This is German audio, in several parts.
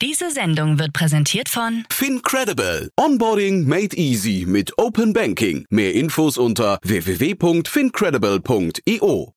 Diese Sendung wird präsentiert von FinCredible. Onboarding made easy mit Open Banking. Mehr Infos unter www.fincredible.io.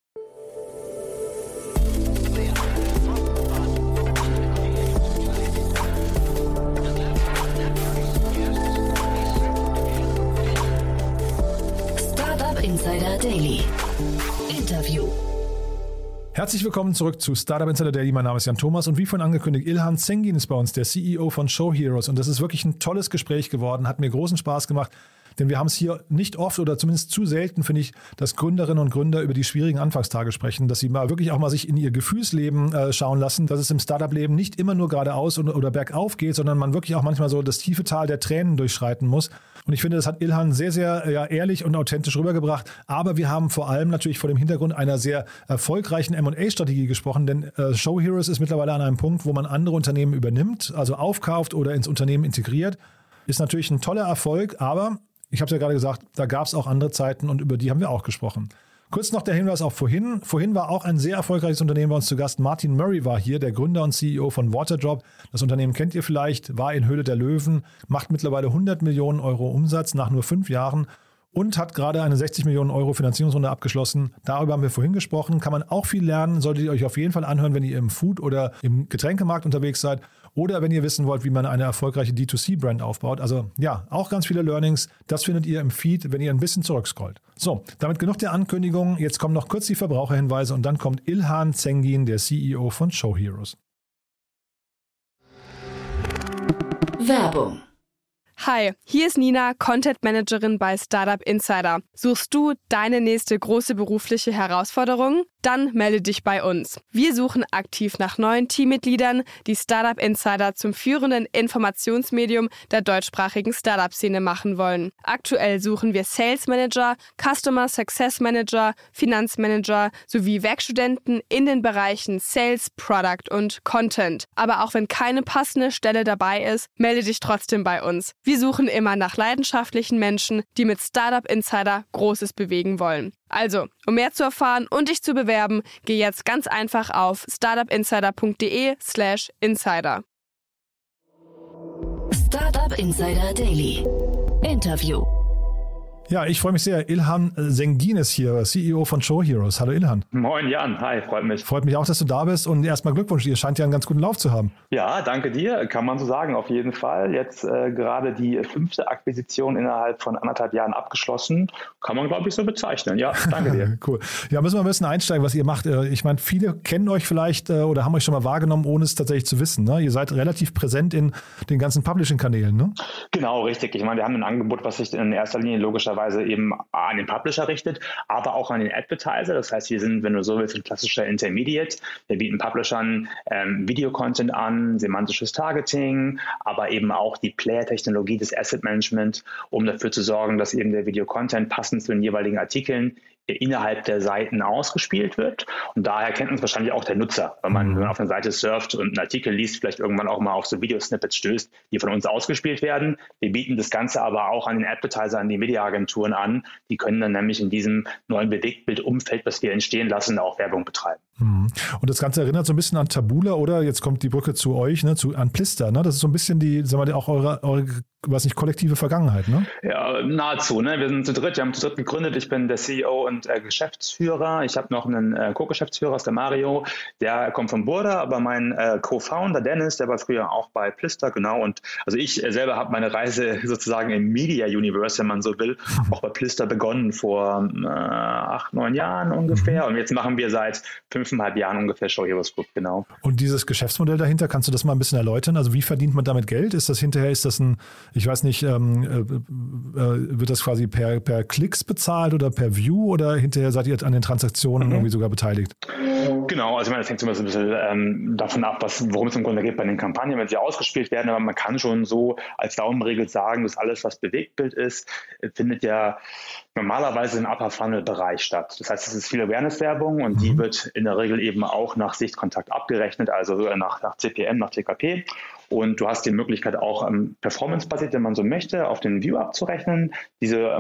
Startup Insider Daily. Interview. Herzlich willkommen zurück zu Startup Insider Daily. Mein Name ist Jan Thomas und wie vorhin angekündigt, Ilhan Zengin ist bei uns, der CEO von Show Heroes. Und das ist wirklich ein tolles Gespräch geworden, hat mir großen Spaß gemacht. Denn wir haben es hier nicht oft oder zumindest zu selten, finde ich, dass Gründerinnen und Gründer über die schwierigen Anfangstage sprechen, dass sie mal wirklich auch mal sich in ihr Gefühlsleben schauen lassen, dass es im Startup-Leben nicht immer nur geradeaus oder bergauf geht, sondern man wirklich auch manchmal so das tiefe Tal der Tränen durchschreiten muss. Und ich finde, das hat Ilhan sehr, sehr ehrlich und authentisch rübergebracht. Aber wir haben vor allem natürlich vor dem Hintergrund einer sehr erfolgreichen M&A-Strategie gesprochen, denn Show Heroes ist mittlerweile an einem Punkt, wo man andere Unternehmen übernimmt, also aufkauft oder ins Unternehmen integriert. Ist natürlich ein toller Erfolg, aber ich habe es ja gerade gesagt, da gab es auch andere Zeiten und über die haben wir auch gesprochen. Kurz noch der Hinweis auf vorhin. Vorhin war auch ein sehr erfolgreiches Unternehmen bei uns zu Gast. Martin Murray war hier, der Gründer und CEO von Waterdrop. Das Unternehmen kennt ihr vielleicht, war in Höhle der Löwen, macht mittlerweile 100 Millionen Euro Umsatz nach nur 5 Jahren und hat gerade eine 60 Millionen Euro Finanzierungsrunde abgeschlossen. Darüber haben wir vorhin gesprochen. Kann man auch viel lernen, solltet ihr euch auf jeden Fall anhören, wenn ihr im Food- oder im Getränkemarkt unterwegs seid. Oder wenn ihr wissen wollt, wie man eine erfolgreiche D2C-Brand aufbaut. Also ja, auch ganz viele Learnings. Das findet ihr im Feed, wenn ihr ein bisschen zurückscrollt. So, damit genug der Ankündigung. Jetzt kommen noch kurz die Verbraucherhinweise und dann kommt Ilhan Zengin, der CEO von Show Heroes. Werbung. Hi, hier ist Nina, Content Managerin bei Startup Insider. Suchst du deine nächste große berufliche Herausforderung? Dann melde dich bei uns. Wir suchen aktiv nach neuen Teammitgliedern, die Startup Insider zum führenden Informationsmedium der deutschsprachigen Startup-Szene machen wollen. Aktuell suchen wir Sales Manager, Customer Success Manager, Finanzmanager sowie Werkstudenten in den Bereichen Sales, Product und Content. Aber auch wenn keine passende Stelle dabei ist, melde dich trotzdem bei uns. Wir suchen immer nach leidenschaftlichen Menschen, die mit Startup Insider Großes bewegen wollen. Also, um mehr zu erfahren und dich zu bewerben, geh jetzt ganz einfach auf startupinsider.de/insider. Startup Insider Daily. Interview. Ja, ich freue mich sehr. Ilhan Zengin ist hier, CEO von Show Heroes. Hallo Ilhan. Moin Jan, hi, freut mich. Freut mich auch, dass du da bist und erstmal Glückwunsch. Ihr scheint ja einen ganz guten Lauf zu haben. Ja, danke dir, kann man so sagen, auf jeden Fall. Jetzt gerade die 5. Akquisition innerhalb von 1,5 Jahren abgeschlossen. Kann man, glaube ich, so bezeichnen. Ja, danke dir. Cool. Ja, müssen wir ein bisschen einsteigen, was ihr macht. Ich meine, viele kennen euch vielleicht oder haben euch schon mal wahrgenommen, ohne es tatsächlich zu wissen. Ne? Ihr seid relativ präsent in den ganzen Publishing-Kanälen, ne? Genau, richtig. Ich meine, wir haben ein Angebot, was sich in erster Linie logischerweise eben an den Publisher richtet, aber auch an den Advertiser. Das heißt, wir sind, wenn du so willst, ein klassischer Intermediate. Wir bieten Publishern Video-Content an, semantisches Targeting, aber eben auch die Player-Technologie des Asset-Management, um dafür zu sorgen, dass eben der Video-Content passend zu den jeweiligen Artikeln innerhalb der Seiten ausgespielt wird. Und daher kennt uns wahrscheinlich auch der Nutzer, wenn man auf einer Seite surft und einen Artikel liest, vielleicht irgendwann auch mal auf so Videosnippets stößt, die von uns ausgespielt werden. Wir bieten das Ganze aber auch an den Advertiser, an die Mediaagenturen an. Die können dann nämlich in diesem neuen Bewegtbildumfeld, was wir entstehen lassen, auch Werbung betreiben. Und das Ganze erinnert so ein bisschen an Taboola oder jetzt kommt die Brücke zu euch, ne, an Plister. Ne? Das ist so ein bisschen die, sagen wir, auch eure was nicht, kollektive Vergangenheit, ne? Ja, nahezu. Ne? Wir sind zu dritt, wir haben zu dritt gegründet. Ich bin der CEO und Geschäftsführer. Ich habe noch einen Co-Geschäftsführer, ist der Mario. Der kommt von Burda, aber mein Co-Founder Dennis, der war früher auch bei Plister, genau. Und also ich selber habe meine Reise sozusagen im Media Universe, wenn man so will, auch bei Plister begonnen vor 8, 9 Jahren ungefähr. Und jetzt machen wir seit 5,5 Jahren ungefähr Show Heroes Group, genau. Und dieses Geschäftsmodell dahinter, kannst du das mal ein bisschen erläutern? Also wie verdient man damit Geld? Ist das ein, ich weiß nicht, wird das quasi per Klicks bezahlt oder per View oder hinterher seid ihr an den Transaktionen irgendwie sogar beteiligt? Genau, also ich meine, das hängt so ein bisschen davon ab, worum es im Grunde geht bei den Kampagnen, wenn sie ausgespielt werden, aber man kann schon so als Daumenregel sagen, dass alles, was Bewegtbild ist, findet ja normalerweise im Upper-Funnel-Bereich statt. Das heißt, es ist viel Awareness-Werbung und die wird in der Regel eben auch nach Sichtkontakt abgerechnet, also nach CPM, nach TKP. Und du hast die Möglichkeit auch performance-basiert, wenn man so möchte, auf den View abzurechnen. Diese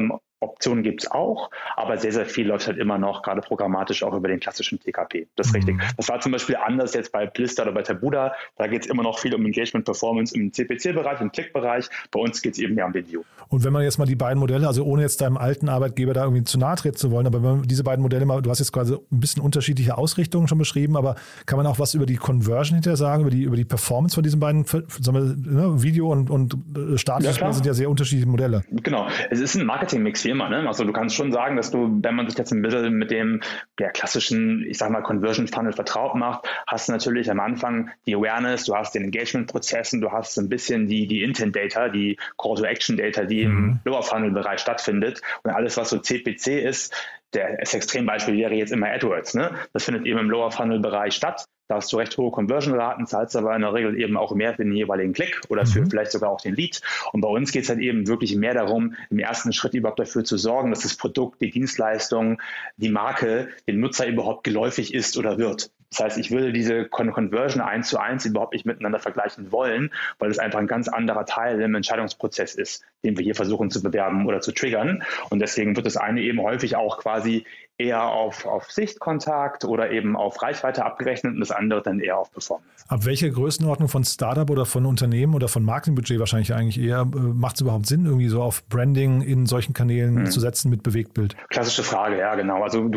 Optionen gibt es auch, aber sehr, sehr viel läuft halt immer noch, gerade programmatisch, auch über den klassischen TKP. Das ist richtig. Das war zum Beispiel anders jetzt bei Blister oder bei Tabuda. Da geht es immer noch viel um Engagement Performance im CPC-Bereich, im Klick-Bereich. Bei uns geht es eben mehr um den View. Und wenn man jetzt mal die beiden Modelle, also ohne jetzt deinem alten Arbeitgeber da irgendwie zu nahe treten zu wollen, aber wenn man diese beiden Modelle mal, du hast jetzt quasi ein bisschen unterschiedliche Ausrichtungen schon beschrieben, aber kann man auch was über die Conversion hinterher sagen, über die Performance von diesen beiden, sagen wir, Video und Status, das sind ja sehr unterschiedliche Modelle. Genau. Es ist ein Marketing-Mix wie immer. Ne? Also du kannst schon sagen, dass du, wenn man sich jetzt ein bisschen mit dem klassischen, ich sag mal, Conversion-Funnel vertraut macht, hast du natürlich am Anfang die Awareness, du hast den Engagement-Prozessen, du hast ein bisschen die Intent-Data, die Call-to-Action-Data, die im Lower-Funnel-Bereich stattfindet. Und alles, was so CPC ist, das Extrembeispiel wäre jetzt immer AdWords. Ne? Das findet eben im Lower-Funnel-Bereich statt. Da hast du recht hohe Conversion-Raten, zahlst aber in der Regel eben auch mehr für den jeweiligen Klick oder für vielleicht sogar auch den Lead. Und bei uns geht es halt eben wirklich mehr darum, im ersten Schritt überhaupt dafür zu sorgen, dass das Produkt, die Dienstleistung, die Marke dem Nutzer überhaupt geläufig ist oder wird. Das heißt, ich würde diese Conversion 1:1 überhaupt nicht miteinander vergleichen wollen, weil es einfach ein ganz anderer Teil im Entscheidungsprozess ist, den wir hier versuchen zu bewerben oder zu triggern. Und deswegen wird das eine eben häufig auch quasi eher auf Sichtkontakt oder eben auf Reichweite abgerechnet und das andere dann eher auf Performance. Ab welcher Größenordnung von Startup oder von Unternehmen oder von Marketingbudget wahrscheinlich eigentlich eher macht es überhaupt Sinn, irgendwie so auf Branding in solchen Kanälen zu setzen mit Bewegtbild? Klassische Frage, ja genau. Also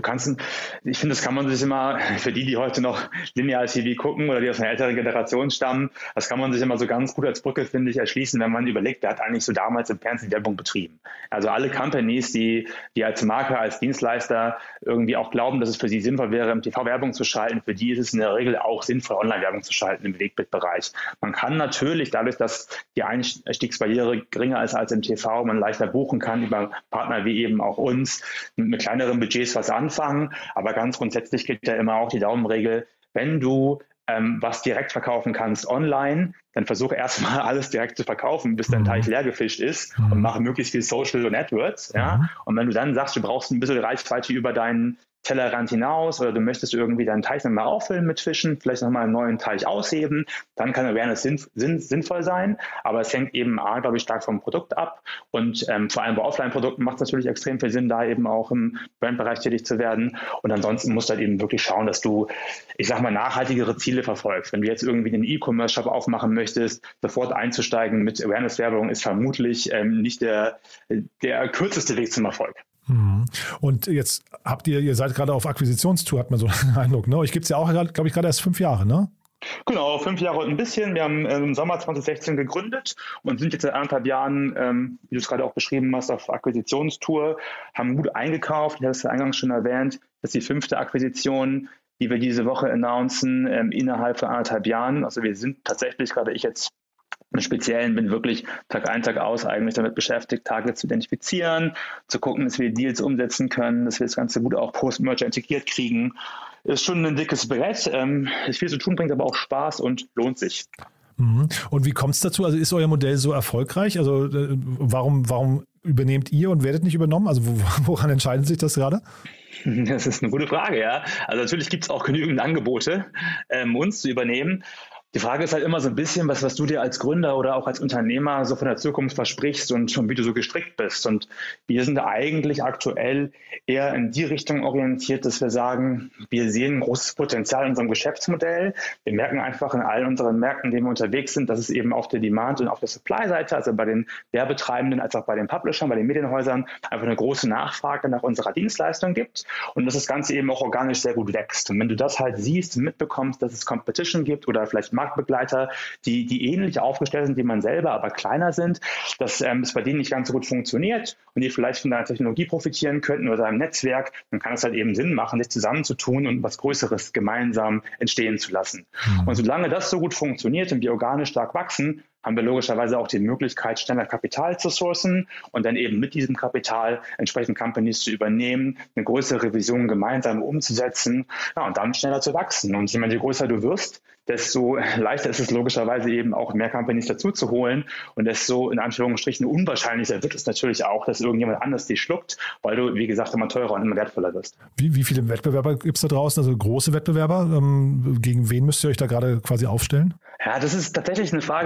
ich finde, das kann man sich immer, für die heute noch linear TV gucken oder die aus einer älteren Generation stammen, das kann man sich immer so ganz gut als Brücke, finde ich, erschließen, wenn man überlegt, wer hat eigentlich so damals im Fernsehen Werbung betrieben. Also alle Companies, die als Marke, als Dienstleister irgendwie auch glauben, dass es für sie sinnvoll wäre, im TV Werbung zu schalten, für die ist es in der Regel auch sinnvoll, Online-Werbung zu schalten im Bewegtbildbereich. Man kann natürlich dadurch, dass die Einstiegsbarriere geringer ist als im TV, man leichter buchen kann über Partner wie eben auch uns, mit kleineren Budgets was anfangen, aber ganz grundsätzlich gilt ja immer auch die Daumenregel, wenn du was direkt verkaufen kannst online, dann versuche erstmal alles direkt zu verkaufen, bis dein Teich leer gefischt ist und mache möglichst viel Social und AdWords. Ja? Und wenn du dann sagst, du brauchst ein bisschen Reichweite über deinen Tellerrand hinaus oder du möchtest irgendwie deinen Teich nochmal auffüllen mit Fischen, vielleicht nochmal einen neuen Teich ausheben, dann kann Awareness sinnvoll sein, aber es hängt eben glaube ich, stark vom Produkt ab und vor allem bei Offline-Produkten macht es natürlich extrem viel Sinn, da eben auch im Brandbereich tätig zu werden und ansonsten musst du halt eben wirklich schauen, dass du, ich sag mal, nachhaltigere Ziele verfolgst. Wenn du jetzt irgendwie einen E-Commerce-Shop aufmachen möchtest, sofort einzusteigen mit Awareness-Werbung ist vermutlich nicht der kürzeste Weg zum Erfolg. Und jetzt ihr seid gerade auf Akquisitionstour, hat man so einen Eindruck, ne? Euch gibt es ja auch, glaube ich, gerade erst 5 Jahre, ne? Genau, 5 Jahre und ein bisschen. Wir haben im Sommer 2016 gegründet und sind jetzt seit 1,5 Jahren, wie du es gerade auch beschrieben hast, auf Akquisitionstour, haben gut eingekauft. Ich habe es ja eingangs schon erwähnt, das ist die 5. Akquisition, die wir diese Woche announcen, innerhalb von 1,5 Jahren. Also wir sind tatsächlich, gerade ich jetzt im Speziellen bin wirklich Tag ein, Tag aus eigentlich damit beschäftigt, Targets zu identifizieren, zu gucken, dass wir Deals umsetzen können, dass wir das Ganze gut auch Post-Merger integriert kriegen. Ist schon ein dickes Brett, ist viel zu tun, bringt aber auch Spaß und lohnt sich. Und wie kommt es dazu? Also ist euer Modell so erfolgreich? Also warum übernehmt ihr und werdet nicht übernommen? Also woran entscheidet sich das gerade? Das ist eine gute Frage, ja. Also natürlich gibt es auch genügend Angebote, uns zu übernehmen. Die Frage ist halt immer so ein bisschen, was du dir als Gründer oder auch als Unternehmer so von der Zukunft versprichst und wie du so gestrickt bist. Und wir sind eigentlich aktuell eher in die Richtung orientiert, dass wir sagen, wir sehen ein großes Potenzial in unserem Geschäftsmodell. Wir merken einfach in allen unseren Märkten, in denen wir unterwegs sind, dass es eben auf der Demand- und auf der Supply-Seite, also bei den Werbetreibenden als auch bei den Publishern, bei den Medienhäusern, einfach eine große Nachfrage nach unserer Dienstleistung gibt und dass das Ganze eben auch organisch sehr gut wächst. Und wenn du das halt siehst und mitbekommst, dass es Competition gibt oder vielleicht Marktbegleiter, die ähnlich aufgestellt sind wie man selber, aber kleiner sind, dass es bei denen nicht ganz so gut funktioniert und die vielleicht von deiner Technologie profitieren könnten oder deinem Netzwerk, dann kann es halt eben Sinn machen, sich zusammenzutun und was Größeres gemeinsam entstehen zu lassen. Und solange das so gut funktioniert und wir organisch stark wachsen, haben wir logischerweise auch die Möglichkeit, schneller Kapital zu sourcen und dann eben mit diesem Kapital entsprechend Companies zu übernehmen, eine größere Vision gemeinsam umzusetzen, ja, und dann schneller zu wachsen. Und je größer du wirst, desto leichter ist es logischerweise eben auch mehr Companies dazu zu holen und desto in Anführungsstrichen unwahrscheinlicher wird es natürlich auch, dass irgendjemand anders die schluckt, weil du, wie gesagt, immer teurer und immer wertvoller wirst. Wie viele Wettbewerber gibt es da draußen, also große Wettbewerber? Gegen wen müsst ihr euch da gerade quasi aufstellen? Ja, das ist tatsächlich eine Frage, die immer wieder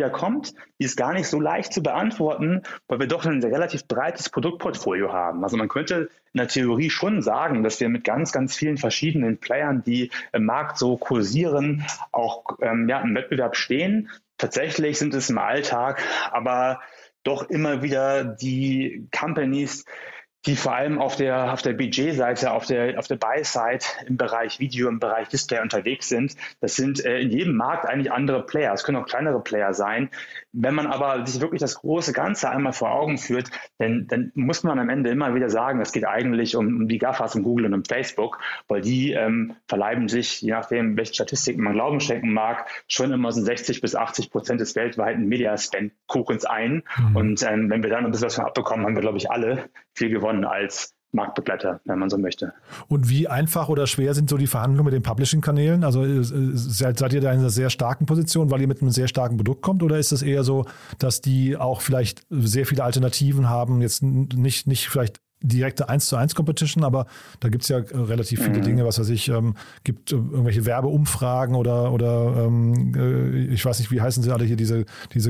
wieder kommt, die ist gar nicht so leicht zu beantworten, weil wir doch ein relativ breites Produktportfolio haben. Also man könnte in der Theorie schon sagen, dass wir mit ganz, ganz vielen verschiedenen Playern, die im Markt so kursieren, auch im Wettbewerb stehen. Tatsächlich sind es im Alltag aber doch immer wieder die Companies, die vor allem auf der Budgetseite, auf der Buy-Side im Bereich Video, im Bereich Display unterwegs sind. Das sind in jedem Markt eigentlich andere Player. Es können auch kleinere Player sein. Wenn man aber sich wirklich das große Ganze einmal vor Augen führt, dann muss man am Ende immer wieder sagen, es geht eigentlich um die GAFAs, um Google und um Facebook, weil die verleiben sich, je nachdem, welche Statistiken man Glauben schenken mag, schon immer so 60-80% des weltweiten Media-Spend-Kuchens ein. Und wenn wir dann ein bisschen was von abbekommen, haben wir, glaube ich, alle viel gewonnen als Marktbegleiter, wenn man so möchte. Und wie einfach oder schwer sind so die Verhandlungen mit den Publishing-Kanälen? Also seid ihr da in einer sehr starken Position, weil ihr mit einem sehr starken Produkt kommt, oder ist es eher so, dass die auch vielleicht sehr viele Alternativen haben, jetzt nicht vielleicht direkte 1:1 Competition, aber da gibt es ja relativ viele Dinge, was weiß ich, gibt irgendwelche Werbeumfragen oder ich weiß nicht, wie heißen sie alle hier, diese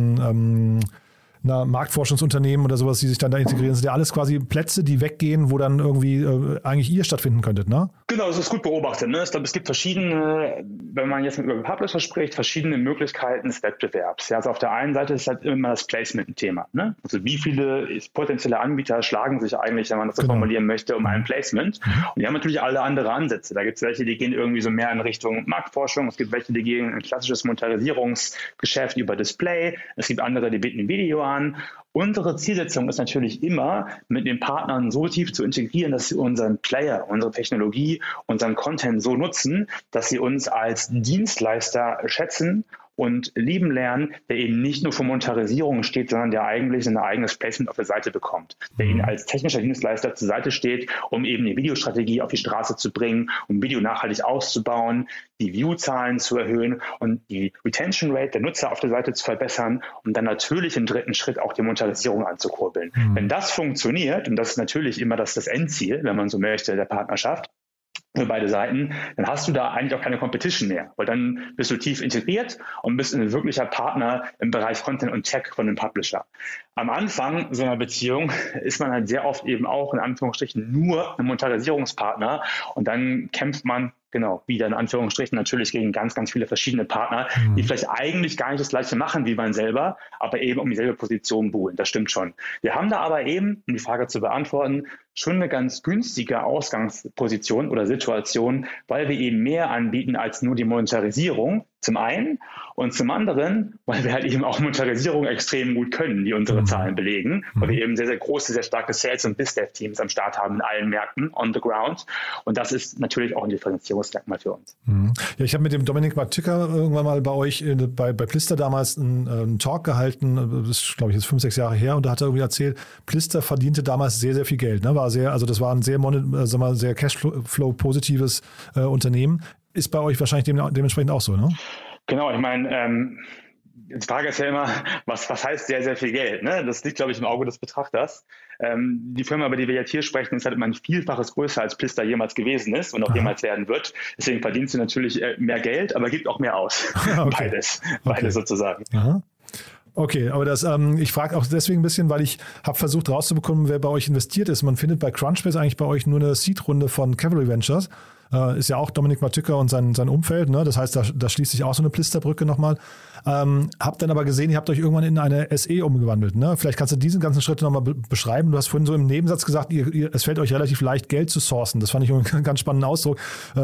ganzen Marktforschungsunternehmen oder sowas, die sich dann da integrieren, sind ja alles quasi Plätze, die weggehen, wo dann irgendwie eigentlich ihr stattfinden könntet, ne? Genau, das ist gut beobachtet. Ne? Ich glaube, es gibt verschiedene, wenn man jetzt über Publisher spricht, verschiedene Möglichkeiten des Wettbewerbs. Ja, also auf der einen Seite ist halt immer das Placement ein Thema. Ne? Also wie viele potenzielle Anbieter schlagen sich eigentlich, wenn man das so formulieren möchte, um ein Placement? Und die haben natürlich alle andere Ansätze. Da gibt es welche, die gehen irgendwie so mehr in Richtung Marktforschung. Es gibt welche, die gehen in ein klassisches Monetarisierungsgeschäft über Display. Es gibt andere, die bieten Video an. Unsere Zielsetzung ist natürlich immer, mit den Partnern so tief zu integrieren, dass sie unseren Player, unsere Technologie, unseren Content so nutzen, dass sie uns als Dienstleister schätzen und lieben lernen, der eben nicht nur für Monetarisierung steht, sondern der eigentlich ein eigenes Placement auf der Seite bekommt, der ihnen als technischer Dienstleister zur Seite steht, um eben die Videostrategie auf die Straße zu bringen, um Video nachhaltig auszubauen, die View-Zahlen zu erhöhen und die Retention Rate der Nutzer auf der Seite zu verbessern und dann natürlich im dritten Schritt auch die Monetarisierung anzukurbeln. Wenn das funktioniert, und das ist natürlich immer das Endziel, wenn man so möchte, der Partnerschaft, für beide Seiten, dann hast du da eigentlich auch keine Competition mehr, weil dann bist du tief integriert und bist ein wirklicher Partner im Bereich Content und Tech von dem Publisher. Am Anfang so einer Beziehung ist man halt sehr oft eben auch in Anführungsstrichen nur ein Monetarisierungspartner und dann kämpft man wieder in Anführungsstrichen natürlich gegen ganz, ganz viele verschiedene Partner, die vielleicht eigentlich gar nicht das Gleiche machen wie man selber, aber eben um dieselbe Position buhlen. Das stimmt schon. Wir haben da aber eben, um die Frage zu beantworten, schon eine ganz günstige Ausgangsposition oder Situation, weil wir eben mehr anbieten als nur die Monetarisierung zum einen und zum anderen, weil wir halt eben auch Monetarisierung extrem gut können, die unsere Zahlen belegen, weil wir eben sehr, sehr große, sehr starke Sales- und BizDev-Teams am Start haben in allen Märkten on the ground und das ist natürlich auch ein Differenzierungsmerkmal für uns. Ja, ich habe mit dem Dominik Matücker irgendwann mal bei euch bei Plister damals einen Talk gehalten, das ist, glaube ich, jetzt 5-6 Jahre her und da hat er irgendwie erzählt, Plister verdiente damals sehr, sehr viel Geld, ne? Das war ein sehr Cashflow-positives Unternehmen. Ist bei euch wahrscheinlich dementsprechend auch so, ne? Genau, ich meine, die Frage ist ja immer, was heißt sehr, sehr viel Geld? Ne? Das liegt, glaube ich, im Auge des Betrachters. Die Firma, über die wir jetzt hier sprechen, ist halt immer ein Vielfaches größer, als Plister jemals gewesen ist und auch jemals werden wird. Deswegen verdient sie natürlich mehr Geld, aber gibt auch mehr aus. Okay. Beides sozusagen. Aha. Okay, aber ich frage auch deswegen ein bisschen, weil ich habe versucht rauszubekommen, wer bei euch investiert ist. Man findet bei Crunchbase eigentlich bei euch nur eine Seed-Runde von Cavalry Ventures. Ist ja auch Dominik Matücker und sein Umfeld, ne? Das heißt, da schließt sich auch so eine Plisterbrücke nochmal. Habt dann aber gesehen, ihr habt euch irgendwann in eine SE umgewandelt, ne? Vielleicht kannst du diesen ganzen Schritt nochmal beschreiben. Du hast vorhin so im Nebensatz gesagt, es fällt euch relativ leicht, Geld zu sourcen. Das fand ich einen ganz spannenden Ausdruck.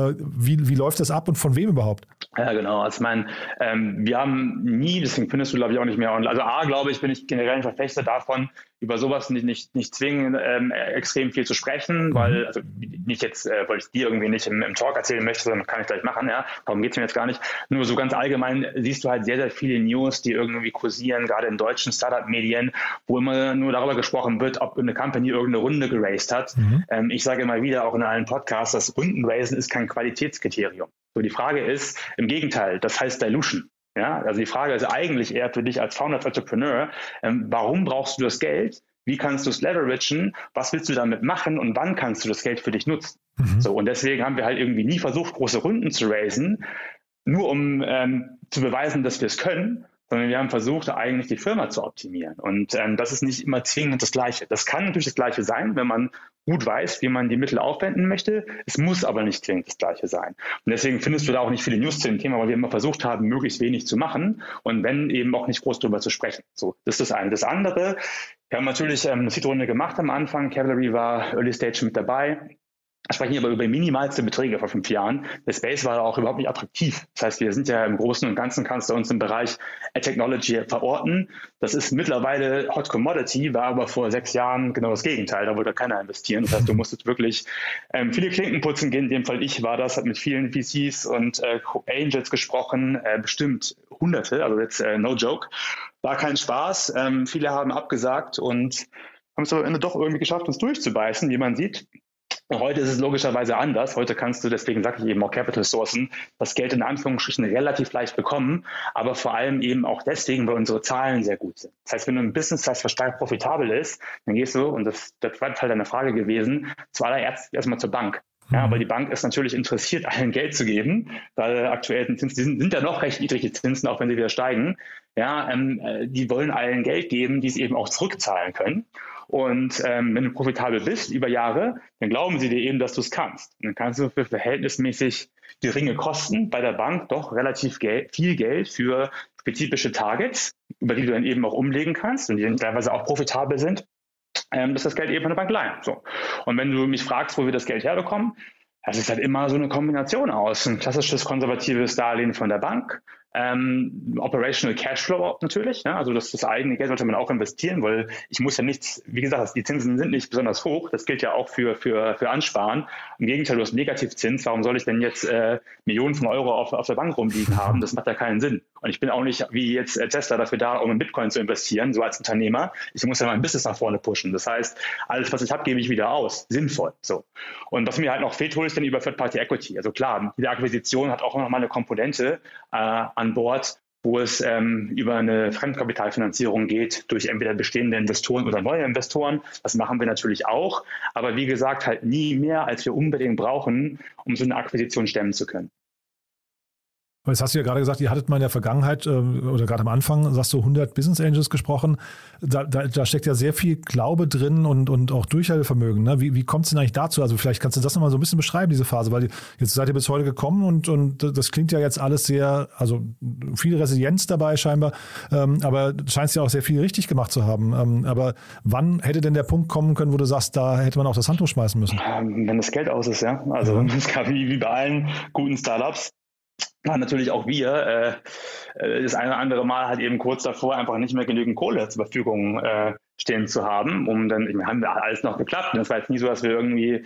Wie läuft das ab und von wem überhaupt? Ja, genau. Also ich meine, wir haben nie, deswegen findest du, glaube ich, auch nicht mehr online. Also glaube ich, bin ich generell ein Verfechter davon, über sowas nicht zwingen, extrem viel zu sprechen, weil, also nicht jetzt, weil ich dir irgendwie nicht im Talk erzählen möchte, sondern kann ich gleich machen, ja, darum geht es mir jetzt gar nicht. Nur so ganz allgemein siehst du halt sehr, sehr viele News, die irgendwie kursieren, gerade in deutschen Startup-Medien, wo immer nur darüber gesprochen wird, ob eine Company irgendeine Runde geraced hat. Ich sage immer wieder, auch in allen Podcasts, dass Rundenraisen ist kein Qualitätskriterium. So, die Frage ist, im Gegenteil, das heißt Dilution. Ja, also die Frage ist eigentlich eher für dich als Founder, als Entrepreneur, warum brauchst du das Geld? Wie kannst du es leveragen? Was willst du damit machen? Und wann kannst du das Geld für dich nutzen? So, und deswegen haben wir halt irgendwie nie versucht, große Runden zu raisen, nur um zu beweisen, dass wir es können, sondern wir haben versucht, eigentlich die Firma zu optimieren. Und das ist nicht immer zwingend das Gleiche. Das kann natürlich das Gleiche sein, wenn man gut weiß, wie man die Mittel aufwenden möchte. Es muss aber nicht zwingend das Gleiche sein. Und deswegen findest du da auch nicht viele News zu dem Thema, weil wir immer versucht haben, möglichst wenig zu machen und wenn eben auch nicht groß drüber zu sprechen. So, das ist das eine. Das andere, wir haben natürlich eine Seed-Runde gemacht am Anfang. Cavalry war Early Stage mit dabei. Wir sprechen aber über minimalste Beträge vor 5 Jahren. Der Space war auch überhaupt nicht attraktiv. Das heißt, wir sind ja im Großen und Ganzen, kannst du uns im Bereich Technology verorten. Das ist mittlerweile Hot Commodity, war aber vor 6 Jahren genau das Gegenteil. Da wollte keiner investieren. Das heißt, du musstest wirklich viele Klinken putzen gehen. In dem Fall war das, hat mit vielen VCs und Angels gesprochen, bestimmt Hunderte, also jetzt no joke. War kein Spaß. Viele haben abgesagt und haben es aber am Ende doch irgendwie geschafft, uns durchzubeißen, wie man sieht. Heute ist es logischerweise anders. Heute kannst du, deswegen sage ich eben auch Capital Sourcen, das Geld in Anführungsstrichen relativ leicht bekommen, aber vor allem eben auch deswegen, weil unsere Zahlen sehr gut sind. Das heißt, wenn du ein Business hast, was stark profitabel ist, dann gehst du, und das war Teil deiner Frage gewesen, zuallererst erstmal zur Bank. Ja, aber die Bank ist natürlich interessiert, allen Geld zu geben, weil aktuell Zinsen sind ja noch recht niedrige Zinsen, auch wenn sie wieder steigen. Ja, die wollen allen Geld geben, die es eben auch zurückzahlen können. Und wenn du profitabel bist über Jahre, dann glauben sie dir eben, dass du es kannst. Und dann kannst du für verhältnismäßig geringe Kosten bei der Bank doch relativ viel Geld für spezifische Targets, über die du dann eben auch umlegen kannst und die dann teilweise auch profitabel sind, das Geld eben von der Bank leihen. So. Und wenn du mich fragst, wo wir das Geld herbekommen, das ist halt immer so eine Kombination aus. Ein klassisches konservatives Darlehen von der Bank, Operational Cashflow natürlich, ne? Also das eigene Geld sollte man auch investieren, weil ich muss ja nichts, wie gesagt, die Zinsen sind nicht besonders hoch, das gilt ja auch für Ansparen. Im Gegenteil, du hast Negativzins, warum soll ich denn jetzt Millionen von Euro auf der Bank rumliegen haben? Das macht ja keinen Sinn. Und ich bin auch nicht wie jetzt Tesla dafür da, um in Bitcoin zu investieren, so als Unternehmer. Ich muss ja mein Business nach vorne pushen. Das heißt, alles, was ich habe, gebe ich wieder aus. Sinnvoll. So. Und was mir halt noch fehlt, hole ich dann über Third-Party Equity. Also klar, jede Akquisition hat auch nochmal eine Komponente an Bord, wo es über eine Fremdkapitalfinanzierung geht, durch entweder bestehende Investoren oder neue Investoren. Das machen wir natürlich auch. Aber wie gesagt, halt nie mehr, als wir unbedingt brauchen, um so eine Akquisition stemmen zu können. Jetzt hast du ja gerade gesagt, ihr hattet mal in der Vergangenheit oder gerade am Anfang, sagst du, 100 Business Angels gesprochen. Da steckt ja sehr viel Glaube drin und auch Durchhaltevermögen. Ne? Wie kommt es denn eigentlich dazu? Also vielleicht kannst du das nochmal so ein bisschen beschreiben, diese Phase, weil jetzt seid ihr bis heute gekommen und das klingt ja jetzt alles sehr, also viel Resilienz dabei scheinbar, aber du scheinst ja auch sehr viel richtig gemacht zu haben. Aber wann hätte denn der Punkt kommen können, wo du sagst, da hätte man auch das Handtuch schmeißen müssen? Wenn das Geld aus ist, ja. Also es gab wie bei allen guten Startups, waren natürlich auch wir das eine oder andere Mal halt eben kurz davor einfach nicht mehr genügend Kohle zur Verfügung stehen zu haben, haben wir alles noch geklappt. Und das war jetzt nie so, dass wir irgendwie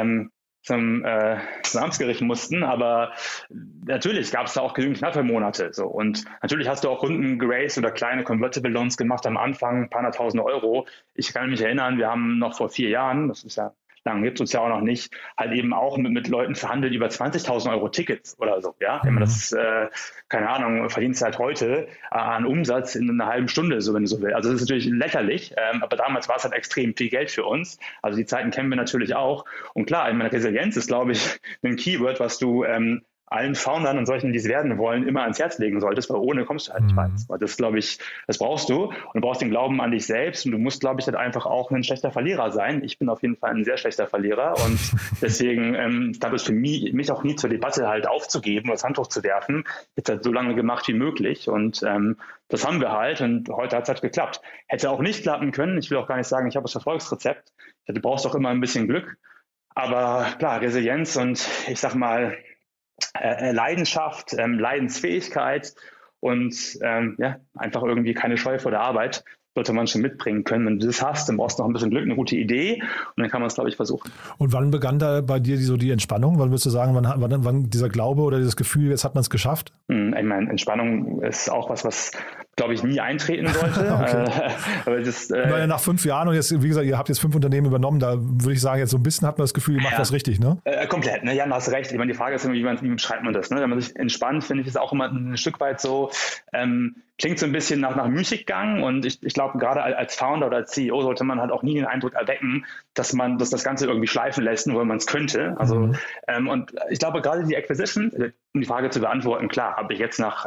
zum Amtsgericht mussten, aber natürlich gab es da auch genügend knappe Monate. So. Und natürlich hast du auch Runden geraced oder kleine Convertible Loans gemacht am Anfang, ein paar 100.000 Euro. Ich kann mich erinnern, wir haben noch vor 4 Jahren, das ist ja lang gibt es uns ja auch noch nicht, halt eben auch mit Leuten verhandelt über 20.000 Euro Tickets oder so, ja. Wenn man das, keine Ahnung, verdienst halt heute an Umsatz in einer halben Stunde, so wenn du so willst. Also das ist natürlich lächerlich, aber damals war es halt extrem viel Geld für uns. Also die Zeiten kennen wir natürlich auch. Und klar, ich meine, Resilienz ist, glaube ich, ein Keyword, was du allen Foundern und solchen, die es werden wollen, immer ans Herz legen solltest, weil ohne kommst du halt nicht weit. Das, glaube ich, das brauchst du. Und du brauchst den Glauben an dich selbst und du musst, glaube ich, halt einfach auch ein schlechter Verlierer sein. Ich bin auf jeden Fall ein sehr schlechter Verlierer und deswegen gab es für mich auch nie zur Debatte halt aufzugeben, das Handtuch zu werfen. Jetzt halt so lange gemacht wie möglich und das haben wir halt und heute hat es halt geklappt. Hätte auch nicht klappen können. Ich will auch gar nicht sagen, ich habe das Erfolgsrezept. Du brauchst auch immer ein bisschen Glück. Aber klar, Resilienz und ich sag mal, Leidenschaft, Leidensfähigkeit und einfach irgendwie keine Scheu vor der Arbeit sollte man schon mitbringen können. Wenn du das hast, dann brauchst du noch ein bisschen Glück, eine gute Idee und dann kann man es, glaube ich, versuchen. Und wann begann da bei dir die Entspannung? Wann würdest du sagen, wann dieser Glaube oder dieses Gefühl, jetzt hat man es geschafft? Ich meine, Entspannung ist auch was glaube ich, nie eintreten sollte. Aber das, nach 5 Jahren und jetzt, wie gesagt, ihr habt jetzt 5 Unternehmen übernommen, da würde ich sagen, jetzt so ein bisschen hat man das Gefühl, ihr macht das richtig, ne? Komplett, ne? Jan, hast recht. Ich meine, die Frage ist immer, wie beschreibt man das? Ne? Wenn man sich entspannt, finde ich, ist auch immer ein Stück weit so, klingt so ein bisschen nach Müßiggang und ich glaube, gerade als Founder oder als CEO sollte man halt auch nie den Eindruck erwecken, dass das Ganze irgendwie schleifen lässt, nur weil man es könnte. Also und ich glaube, gerade die Acquisition, um die Frage zu beantworten, klar, habe ich jetzt nach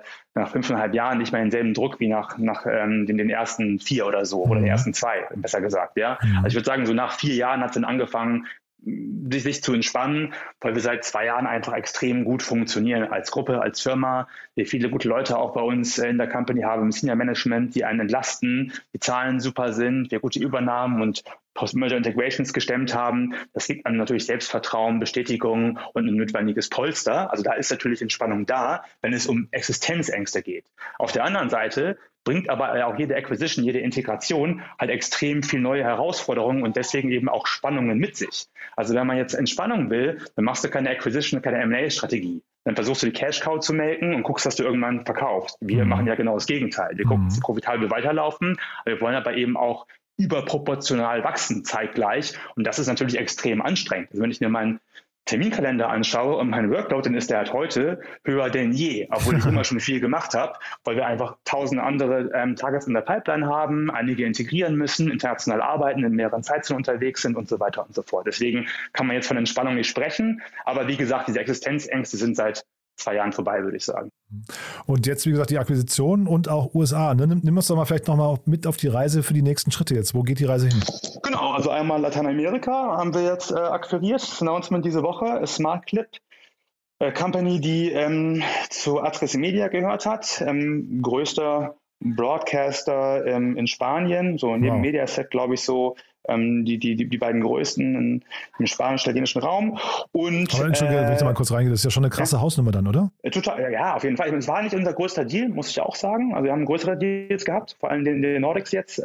5,5 Jahren nicht mehr denselben Druck wie nach den ersten 4 oder so oder den ersten 2, besser gesagt. Ja? Also ich würde sagen, so nach 4 Jahren hat es dann angefangen, sich zu entspannen, weil wir seit 2 Jahren einfach extrem gut funktionieren als Gruppe, als Firma. Wir viele gute Leute auch bei uns in der Company haben, im Senior Management, die einen entlasten, die Zahlen super sind, wir gute Übernahmen und Post-Merger Integrations gestemmt haben. Das gibt einem natürlich Selbstvertrauen, Bestätigung und ein notwendiges Polster. Also da ist natürlich Entspannung da, wenn es um Existenzängste geht. Auf der anderen Seite bringt aber auch jede Acquisition, jede Integration halt extrem viel neue Herausforderungen und deswegen eben auch Spannungen mit sich. Also wenn man jetzt Entspannung will, dann machst du keine Acquisition, keine M&A-Strategie. Dann versuchst du die Cash-Cow zu melken und guckst, dass du irgendwann verkaufst. Wir machen ja genau das Gegenteil. Wir gucken, dass wir profitabel weiterlaufen, aber wir wollen aber eben auch überproportional wachsen zeitgleich und das ist natürlich extrem anstrengend. Also wenn ich mir meinen Terminkalender anschaue und mein Workload, dann ist der halt heute höher denn je, obwohl ich immer schon viel gemacht habe, weil wir einfach 1000 andere Targets in der Pipeline haben, einige integrieren müssen, international arbeiten, in mehreren Zeitzonen unterwegs sind und so weiter und so fort. Deswegen kann man jetzt von Entspannung nicht sprechen, aber wie gesagt, diese Existenzängste sind seit 2 Jahren vorbei, würde ich sagen. Und jetzt, wie gesagt, die Akquisition und auch USA. Ne? Nimm uns doch mal vielleicht nochmal mit auf die Reise für die nächsten Schritte jetzt. Wo geht die Reise hin? Genau, also einmal Lateinamerika haben wir jetzt akquiriert. Das Announcement diese Woche, SmartClip, Company, die zu Atresmedia gehört hat, größter Broadcaster in Spanien, so neben Mediaset, glaube ich, so die beiden größten im spanisch-italienischen Raum. Und, aber Entschuldigung, wenn ich da mal kurz reingehe, das ist ja schon eine krasse Hausnummer dann, oder? Total, ja, auf jeden Fall. Es war nicht unser größter Deal, muss ich auch sagen. Also wir haben größere Deals gehabt, vor allem den Nordics jetzt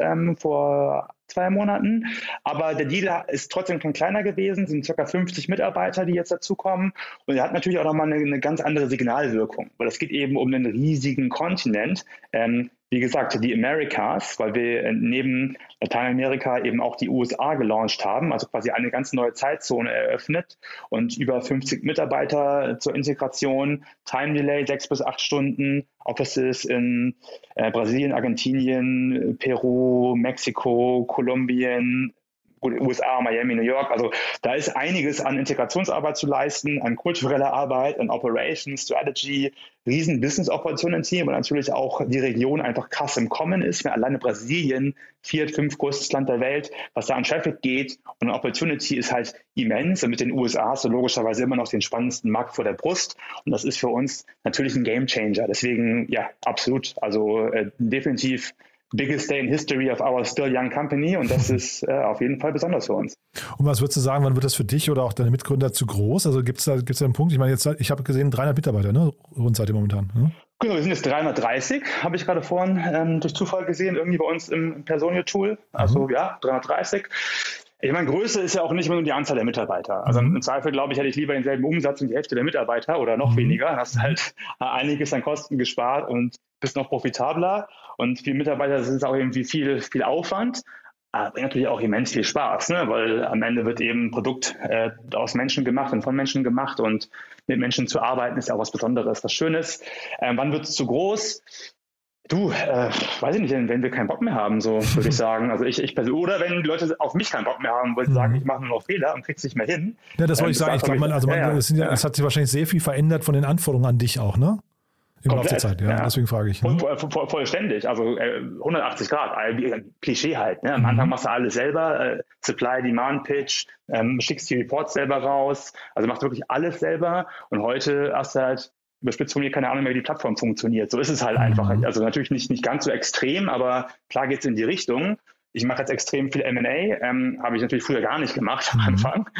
vor 2 Monaten. Aber der Deal ist trotzdem schon kleiner gewesen, sind ca. 50 Mitarbeiter, die jetzt dazukommen. Und er hat natürlich auch nochmal eine ganz andere Signalwirkung, weil es geht eben um einen riesigen Kontinent. Wie gesagt, die Americas, weil wir neben Lateinamerika eben auch die USA gelauncht haben, also quasi eine ganz neue Zeitzone eröffnet und über 50 Mitarbeiter zur Integration, Time Delay 6 bis 8 Stunden, Offices in Brasilien, Argentinien, Peru, Mexiko, Kolumbien, USA, Miami, New York. Also da ist einiges an Integrationsarbeit zu leisten, an kultureller Arbeit, an Operations, Strategy, riesen Business-Opportunity, aber natürlich auch die Region einfach krass im Kommen ist. Alleine Brasilien, 4., 5. größtes Land der Welt, was da an Traffic geht und Opportunity ist halt immens. Und mit den USA hast du logischerweise immer noch den spannendsten Markt vor der Brust und das ist für uns natürlich ein Gamechanger. Deswegen, ja, absolut. Also definitiv biggest day in history of our still young company und das ist auf jeden Fall besonders für uns. Und was würdest du sagen, wann wird das für dich oder auch deine Mitgründer zu groß? Also gibt es da einen Punkt? Ich meine, ich habe gesehen, 300 Mitarbeiter, ne? Rund seid ihr momentan. Ne? Genau, wir sind jetzt 330, habe ich gerade vorhin durch Zufall gesehen, irgendwie bei uns im Personio-Tool. Also ja, 330. Ich meine, Größe ist ja auch nicht immer nur die Anzahl der Mitarbeiter. Also im Zweifel, glaube ich, hätte ich lieber denselben Umsatz und die Hälfte der Mitarbeiter oder noch weniger. Dann hast du halt einiges an Kosten gespart und bist noch profitabler. Und für Mitarbeiter sind es auch irgendwie viel Aufwand. Aber natürlich auch immens viel Spaß, ne? Weil am Ende wird eben ein Produkt aus Menschen gemacht und von Menschen gemacht. Und mit Menschen zu arbeiten ist ja auch was Besonderes, was Schönes. Wann wird es zu groß? Du, weiß ich nicht, wenn wir keinen Bock mehr haben, so würde ich sagen. Also ich persönlich, oder wenn die Leute auf mich keinen Bock mehr haben, weil sie sagen, ich mache nur noch Fehler und krieg's nicht mehr hin. Ja, das wollte ich sagen. Ich glaube, es hat sich wahrscheinlich sehr viel verändert von den Anforderungen an dich auch, ne? Im Laufe der Zeit, ja. Deswegen frage ich. Vollständig, also 180 Grad, Klischee halt. Ne? Am Anfang machst du alles selber, Supply, Demand Pitch, schickst die Reports selber raus, also machst wirklich alles selber und heute hast du halt überspitzt von mir keine Ahnung mehr, wie die Plattform funktioniert. So ist es halt einfach. Also natürlich nicht ganz so extrem, aber klar geht es in die Richtung. Ich mache jetzt extrem viel M&A, habe ich natürlich früher gar nicht gemacht am Anfang.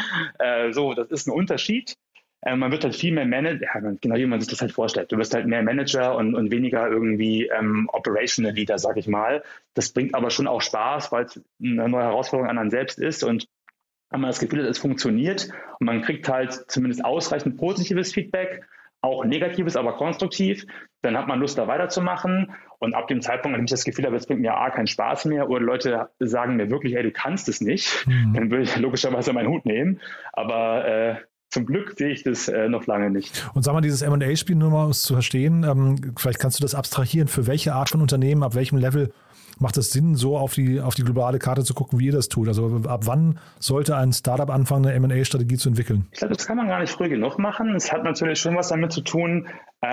Das ist ein Unterschied. Man wird halt viel mehr genau wie man sich das halt vorstellt. Du wirst halt mehr Manager und weniger irgendwie Operational Leader, sag ich mal. Das bringt aber schon auch Spaß, weil es eine neue Herausforderung an einem selbst ist und wenn man das Gefühl hat, es funktioniert und man kriegt halt zumindest ausreichend positives Feedback, auch negatives, aber konstruktiv, dann hat man Lust, da weiterzumachen. Und ab dem Zeitpunkt, an dem ich das Gefühl habe, es bringt mir keinen Spaß mehr oder Leute sagen mir wirklich, du kannst es nicht, dann würde ich logischerweise meinen Hut nehmen. Aber zum Glück sehe ich das noch lange nicht. Und sag mal, dieses M&A-Spiel, nur mal um es zu verstehen, vielleicht kannst du das abstrahieren, für welche Art von Unternehmen, ab welchem Level macht es Sinn, so auf die globale Karte zu gucken, wie ihr das tut? Also ab wann sollte ein Startup anfangen, eine M&A-Strategie zu entwickeln? Ich glaube, das kann man gar nicht früh genug machen. Es hat natürlich schon was damit zu tun,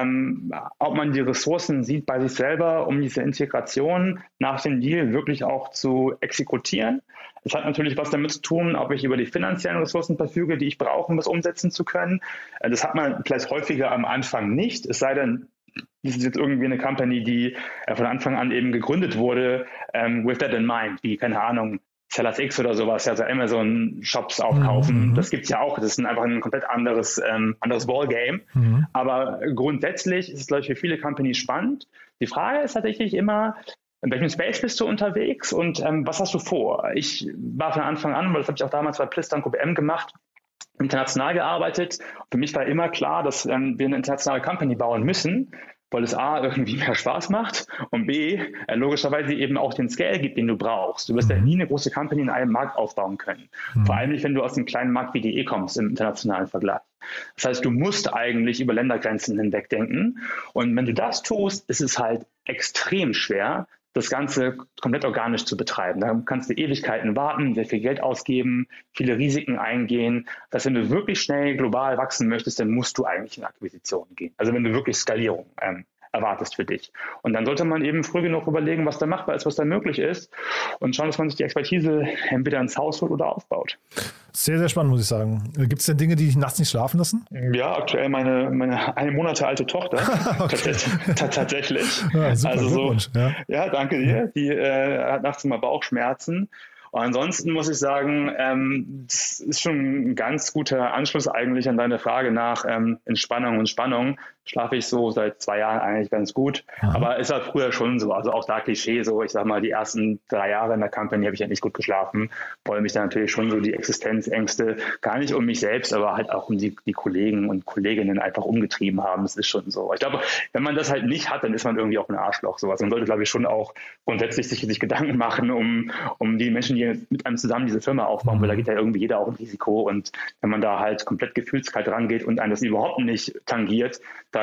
ob man die Ressourcen sieht bei sich selber, um diese Integration nach dem Deal wirklich auch zu exekutieren. Es hat natürlich was damit zu tun, ob ich über die finanziellen Ressourcen verfüge, die ich brauche, um das umsetzen zu können. Das hat man vielleicht häufiger am Anfang nicht, es sei denn, das ist jetzt irgendwie eine Company, die von Anfang an eben gegründet wurde, with that in mind, wie, keine Ahnung, Sellers X oder sowas, also Amazon-Shops aufkaufen. Das gibt's ja auch. Das ist einfach ein komplett anderes Ballgame. Aber grundsätzlich ist es, glaube ich, für viele Companies spannend. Die Frage ist tatsächlich immer, in welchem Space bist du unterwegs und was hast du vor? Ich war von Anfang an, weil das habe ich auch damals bei Plisstank OBM gemacht, international gearbeitet. Für mich war immer klar, dass wir eine internationale Company bauen müssen, weil es A, irgendwie mehr Spaß macht und B, logischerweise eben auch den Scale gibt, den du brauchst. Du wirst ja nie eine große Company in einem Markt aufbauen können. Vor allem nicht, wenn du aus einem kleinen Markt wie die kommst im internationalen Vergleich. Das heißt, du musst eigentlich über Ländergrenzen hinweg denken. Und wenn du das tust, ist es halt extrem schwer, das Ganze komplett organisch zu betreiben. Da kannst du Ewigkeiten warten, sehr viel Geld ausgeben, viele Risiken eingehen. Das heißt, wenn du wirklich schnell global wachsen möchtest, dann musst du eigentlich in Akquisitionen gehen. Also wenn du wirklich Skalierung erwartest für dich. Und dann sollte man eben früh genug überlegen, was da machbar ist, was da möglich ist und schauen, dass man sich die Expertise entweder ins Haus holt oder aufbaut. Sehr, sehr spannend, muss ich sagen. Gibt es denn Dinge, die dich nachts nicht schlafen lassen? Ja, aktuell meine 1 Monate alte Tochter. Tatsächlich. Ja, super, also so, ja, danke dir. Die hat nachts immer Bauchschmerzen. Und ansonsten muss ich sagen, das ist schon ein ganz guter Anschluss eigentlich an deine Frage nach Entspannung und Spannung. Schlafe ich so seit 2 Jahren eigentlich ganz gut. Aber ist halt früher schon so. Also auch da Klischee so. Ich sag mal, die ersten 3 Jahre in der Company habe ich ja nicht gut geschlafen, weil mich dann natürlich schon so die Existenzängste gar nicht um mich selbst, aber halt auch um die Kollegen und Kolleginnen einfach umgetrieben haben. Das ist schon so. Ich glaube, wenn man das halt nicht hat, dann ist man irgendwie auch ein Arschloch. Sowas. Man sollte, glaube ich, schon auch grundsätzlich sich Gedanken machen, um die Menschen, die mit einem zusammen diese Firma aufbauen, weil da geht ja irgendwie jeder auch ein Risiko. Und wenn man da halt komplett gefühlskalt rangeht und einem das überhaupt nicht tangiert,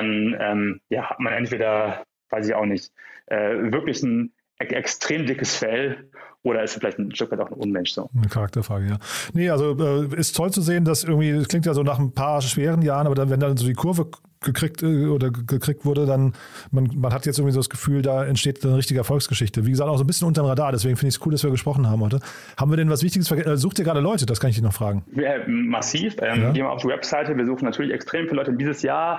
dann hat man entweder, weiß ich auch nicht, wirklich ein extrem dickes Fell oder ist vielleicht ein Stück weit auch ein Unmensch so. Eine Charakterfrage, ja. Nee, also ist toll zu sehen, dass irgendwie, das klingt ja so nach ein paar schweren Jahren, aber dann, wenn dann so die Kurve gekriegt wurde, dann, man hat jetzt irgendwie so das Gefühl, da entsteht eine richtige Erfolgsgeschichte. Wie gesagt, auch so ein bisschen unterm Radar, deswegen finde ich es cool, dass wir gesprochen haben heute. Haben wir denn was Wichtiges, sucht ihr gerade Leute? Das kann ich dich noch fragen. Massiv. Gehen wir auf die Webseite, wir suchen natürlich extrem viele Leute. Dieses Jahr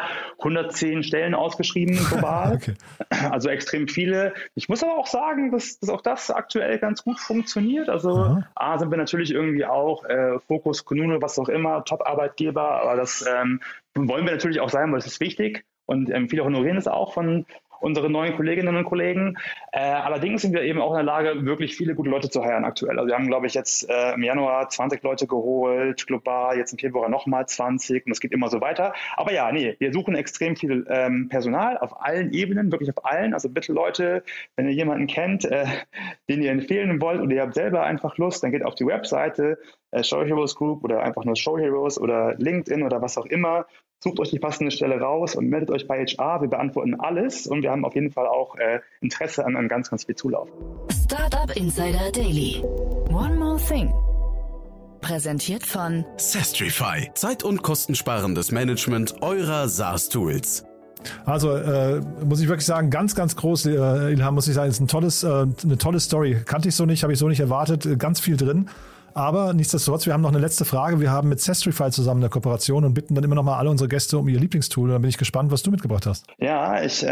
110 Stellen ausgeschrieben global. Okay. Also extrem viele. Ich muss aber auch sagen, dass auch das aktuell ganz gut funktioniert. Also A, sind wir natürlich irgendwie auch Fokus, Kununu, was auch immer, Top-Arbeitgeber, aber das wollen wir natürlich auch sein, weil es ist wichtig und viele honorieren es auch von unseren neuen Kolleginnen und Kollegen. Allerdings sind wir eben auch in der Lage, wirklich viele gute Leute zu heiren aktuell. Also wir haben, glaube ich, jetzt im Januar 20 Leute geholt, global, jetzt im Februar nochmal 20 und es geht immer so weiter. Aber ja, wir suchen extrem viel Personal auf allen Ebenen, wirklich auf allen. Also bitte Leute, wenn ihr jemanden kennt, den ihr empfehlen wollt oder ihr habt selber einfach Lust, dann geht auf die Webseite Show Heroes Group oder einfach nur Show Heroes oder LinkedIn oder was auch immer. Sucht euch die passende Stelle raus und meldet euch bei HR. Wir beantworten alles und wir haben auf jeden Fall auch Interesse an ganz, ganz viel Zulauf. Startup Insider Daily. One more thing. Präsentiert von Sestrify. Zeit- und kostensparendes Management eurer SaaS-Tools. Also muss ich wirklich sagen, ganz, ganz groß, Ilham, muss ich sagen, ist eine tolle Story. Kannte ich so nicht, habe ich so nicht erwartet. Ganz viel drin. Aber nichtsdestotrotz, wir haben noch eine letzte Frage. Wir haben mit Sestrify zusammen eine Kooperation und bitten dann immer noch mal alle unsere Gäste um ihr Lieblingstool. Da bin ich gespannt, was du mitgebracht hast. Ja, ich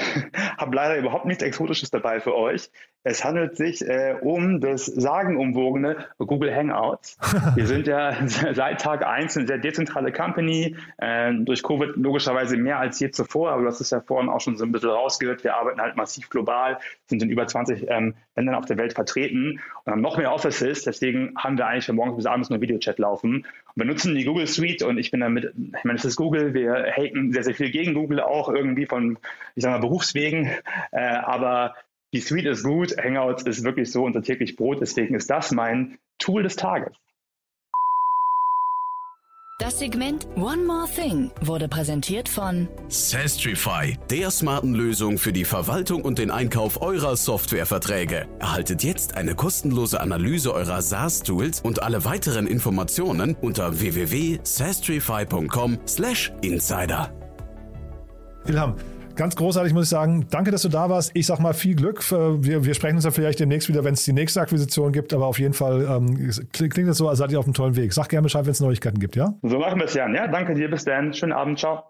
habe leider überhaupt nichts Exotisches dabei für euch. Es handelt sich um das sagenumwogene Google Hangouts. Wir sind ja seit Tag 1 eine sehr dezentrale Company. Durch Covid logischerweise mehr als je zuvor, aber du hast es ja vorhin auch schon so ein bisschen rausgehört. Wir arbeiten halt massiv global, sind in über 20 Ländern auf der Welt vertreten und haben noch mehr Offices. Deswegen haben wir eigentlich von morgens bis abends nur Videochat laufen. Und wir nutzen die Google Suite und ich bin damit, ich meine, es ist Google, wir haten sehr, sehr viel gegen Google auch irgendwie von, ich sag mal, Berufswegen, aber die Suite ist gut, Hangouts ist wirklich so unser täglich Brot, deswegen ist das mein Tool des Tages. Das Segment One More Thing wurde präsentiert von Sastrify, der smarten Lösung für die Verwaltung und den Einkauf eurer Softwareverträge. Erhaltet jetzt eine kostenlose Analyse eurer SaaS-Tools und alle weiteren Informationen unter www.sastrify.com/insider. Ilham, ganz großartig muss ich sagen, danke, dass du da warst. Ich sag mal viel Glück. Wir sprechen uns ja vielleicht demnächst wieder, wenn es die nächste Akquisition gibt, aber auf jeden Fall klingt das so, als seid ihr auf einem tollen Weg. Sag gerne Bescheid, wenn es Neuigkeiten gibt, ja? So machen wir es, Jan. Ja, danke dir, bis dann. Schönen Abend, ciao.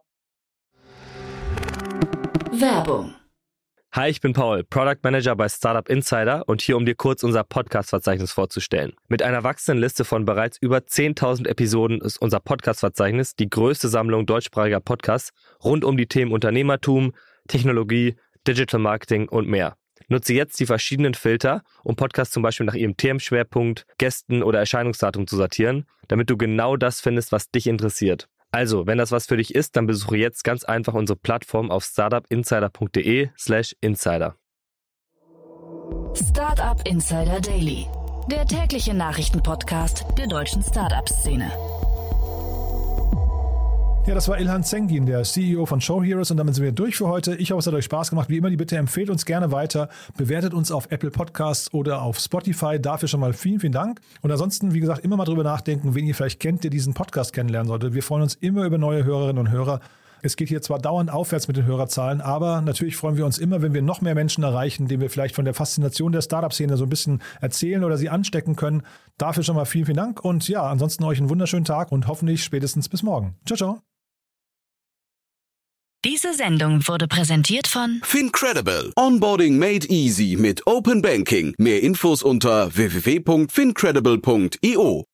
Werbung. Hi, ich bin Paul, Product Manager bei Startup Insider und hier, um dir kurz unser Podcast-Verzeichnis vorzustellen. Mit einer wachsenden Liste von bereits über 10.000 Episoden ist unser Podcast-Verzeichnis die größte Sammlung deutschsprachiger Podcasts rund um die Themen Unternehmertum, Technologie, Digital Marketing und mehr. Nutze jetzt die verschiedenen Filter, um Podcasts zum Beispiel nach ihrem Themenschwerpunkt, Gästen oder Erscheinungsdatum zu sortieren, damit du genau das findest, was dich interessiert. Also, wenn das was für dich ist, dann besuche jetzt ganz einfach unsere Plattform auf startupinsider.de/insider. Startup Insider Daily, der tägliche Nachrichtenpodcast der deutschen Startup-Szene. Ja, das war Ilhan Zengin, der CEO von Show Heroes, und damit sind wir durch für heute. Ich hoffe, es hat euch Spaß gemacht. Wie immer, die Bitte empfehlt uns gerne weiter, bewertet uns auf Apple Podcasts oder auf Spotify. Dafür schon mal vielen, vielen Dank. Und ansonsten, wie gesagt, immer mal drüber nachdenken, wen ihr vielleicht kennt, der diesen Podcast kennenlernen sollte. Wir freuen uns immer über neue Hörerinnen und Hörer. Es geht hier zwar dauernd aufwärts mit den Hörerzahlen, aber natürlich freuen wir uns immer, wenn wir noch mehr Menschen erreichen, denen wir vielleicht von der Faszination der Startup-Szene so ein bisschen erzählen oder sie anstecken können. Dafür schon mal vielen, vielen Dank. Und ja, ansonsten euch einen wunderschönen Tag und hoffentlich spätestens bis morgen. Ciao, ciao. Diese Sendung wurde präsentiert von Fincredible. Onboarding made easy mit Open Banking. Mehr Infos unter www.fincredible.io.